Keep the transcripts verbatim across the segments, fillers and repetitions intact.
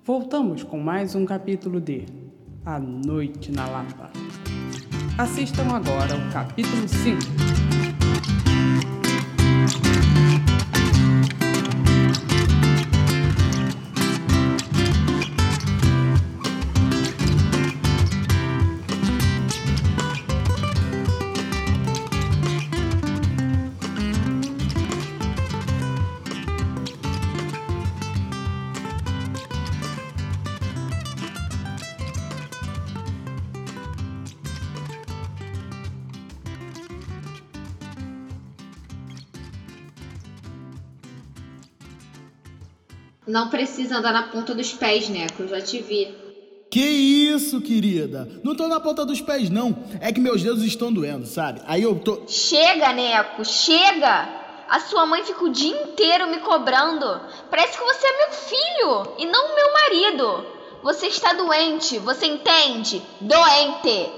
Voltamos com mais um capítulo de A Noite na Lapa. Assistam agora o capítulo cinco. Não precisa andar na ponta dos pés, Neco, eu já te vi. Que isso, querida? Não tô na ponta dos pés, não. É que meus dedos estão doendo, sabe? Aí eu tô... Chega, Neco, chega! A sua mãe fica o dia inteiro me cobrando. Parece que você é meu filho e não meu marido. Você está doente, você entende? Doente!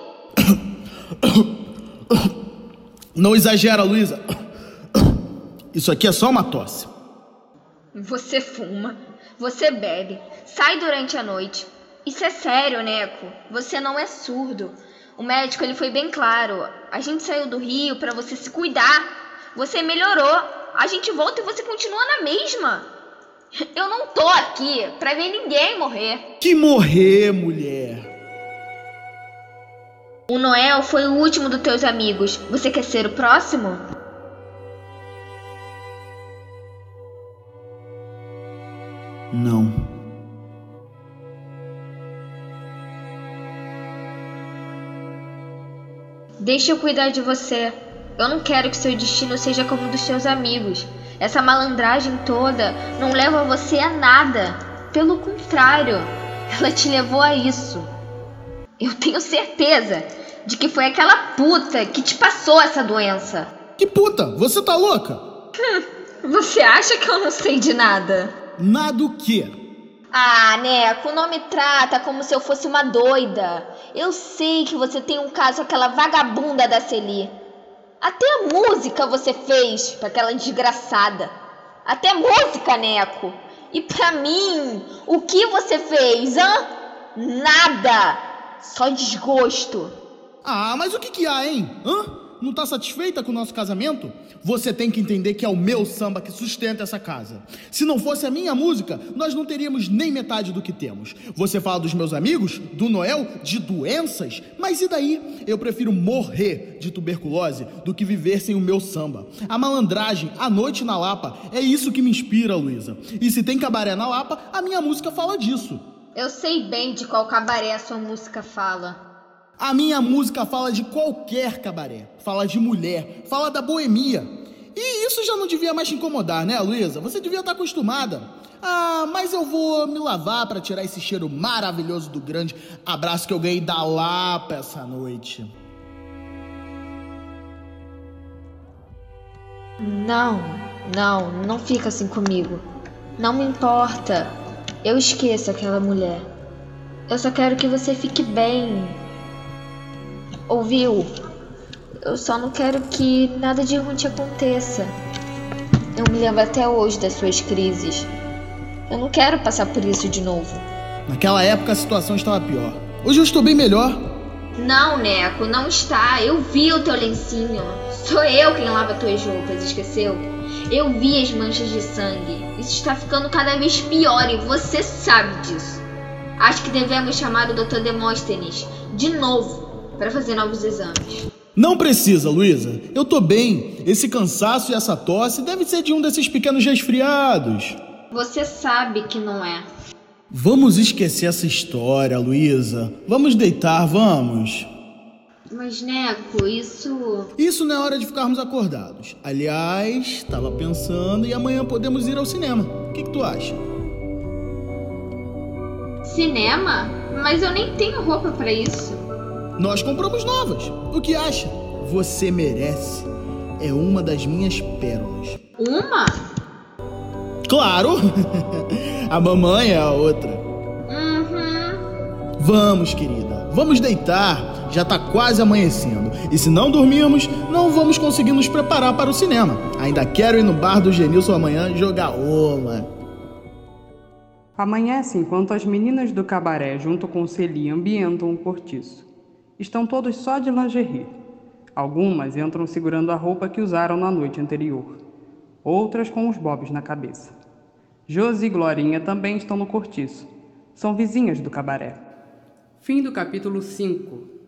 Não exagera, Luísa. Isso aqui é só uma tosse. Você fuma, você bebe, sai durante a noite. Isso é sério, Neco. Você não é surdo. O médico ele foi bem claro. A gente saiu do Rio pra você se cuidar. Você melhorou. A gente volta e você continua na mesma. Eu não tô aqui pra ver ninguém morrer. Que morrer, mulher? O Noel foi o último dos teus amigos. Você quer ser o próximo? Não. Deixa eu cuidar de você. Eu não quero que seu destino seja como o dos seus amigos. Essa malandragem toda não leva você a nada. Pelo contrário, ela te levou a isso. Eu tenho certeza de que foi aquela puta que te passou essa doença. Que puta? Você tá louca? Hum, você acha que eu não sei de nada? Nada o quê? Ah, Neco, não me trata como se eu fosse uma doida. Eu sei que você tem um caso com aquela vagabunda da Celi. Até a música você fez pra aquela desgraçada. Até música, Neco. E pra mim, o que você fez, hã? Nada. Só desgosto. Ah, mas o que que há, hein? Hã? Não tá satisfeita com o nosso casamento? Você tem que entender que é o meu samba que sustenta essa casa. Se não fosse a minha música, nós não teríamos nem metade do que temos. Você fala dos meus amigos, do Noel, de doenças? Mas e daí? Eu prefiro morrer de tuberculose do que viver sem o meu samba. A malandragem, a noite na Lapa, é isso que me inspira, Luísa. E se tem cabaré na Lapa, a minha música fala disso. Eu sei bem de qual cabaré a sua música fala. A minha música fala de qualquer cabaré, fala de mulher, fala da boemia. E isso já não devia mais te incomodar, né, Luísa? Você devia estar acostumada. Ah, mas eu vou me lavar para tirar esse cheiro maravilhoso do grande abraço que eu ganhei da Lapa essa noite. Não, não, não fica assim comigo. Não me importa. Eu esqueço aquela mulher. Eu só quero que você fique bem. Ouviu? Eu só não quero que nada de ruim te aconteça. Eu me lembro até hoje das suas crises. Eu não quero passar por isso de novo. Naquela época a situação estava pior. Hoje eu estou bem melhor. Não, Neco, não está. Eu vi o teu lencinho. Sou eu quem lava tuas roupas, esqueceu? Eu vi as manchas de sangue. Isso está ficando cada vez pior e você sabe disso. Acho que devemos chamar o doutor Demóstenes de novo para fazer novos exames. Não precisa, Luísa. Eu tô bem. Esse cansaço e essa tosse deve ser de um desses pequenos resfriados. Você sabe que não é. Vamos esquecer essa história, Luísa. Vamos deitar, vamos. Mas, Neco, isso... Isso não é hora de ficarmos acordados. Aliás, estava pensando e amanhã podemos ir ao cinema. O que, que tu acha? Cinema? Mas eu nem tenho roupa pra isso. Nós compramos novas. O que acha? Você merece. É uma das minhas pérolas. Uma? Claro! A mamãe é a outra. Uhum. Vamos, querida. Vamos deitar. Já tá quase amanhecendo. E se não dormirmos, não vamos conseguir nos preparar para o cinema. Ainda quero ir no bar do Genilson amanhã jogar uma. Amanhece enquanto as meninas do cabaré, junto com Celi, ambientam o cortiço. Estão todos só de lingerie. Algumas entram segurando a roupa que usaram na noite anterior. Outras com os bobs na cabeça. Josi e Glorinha também estão no cortiço. São vizinhas do cabaré. Fim do capítulo cinco.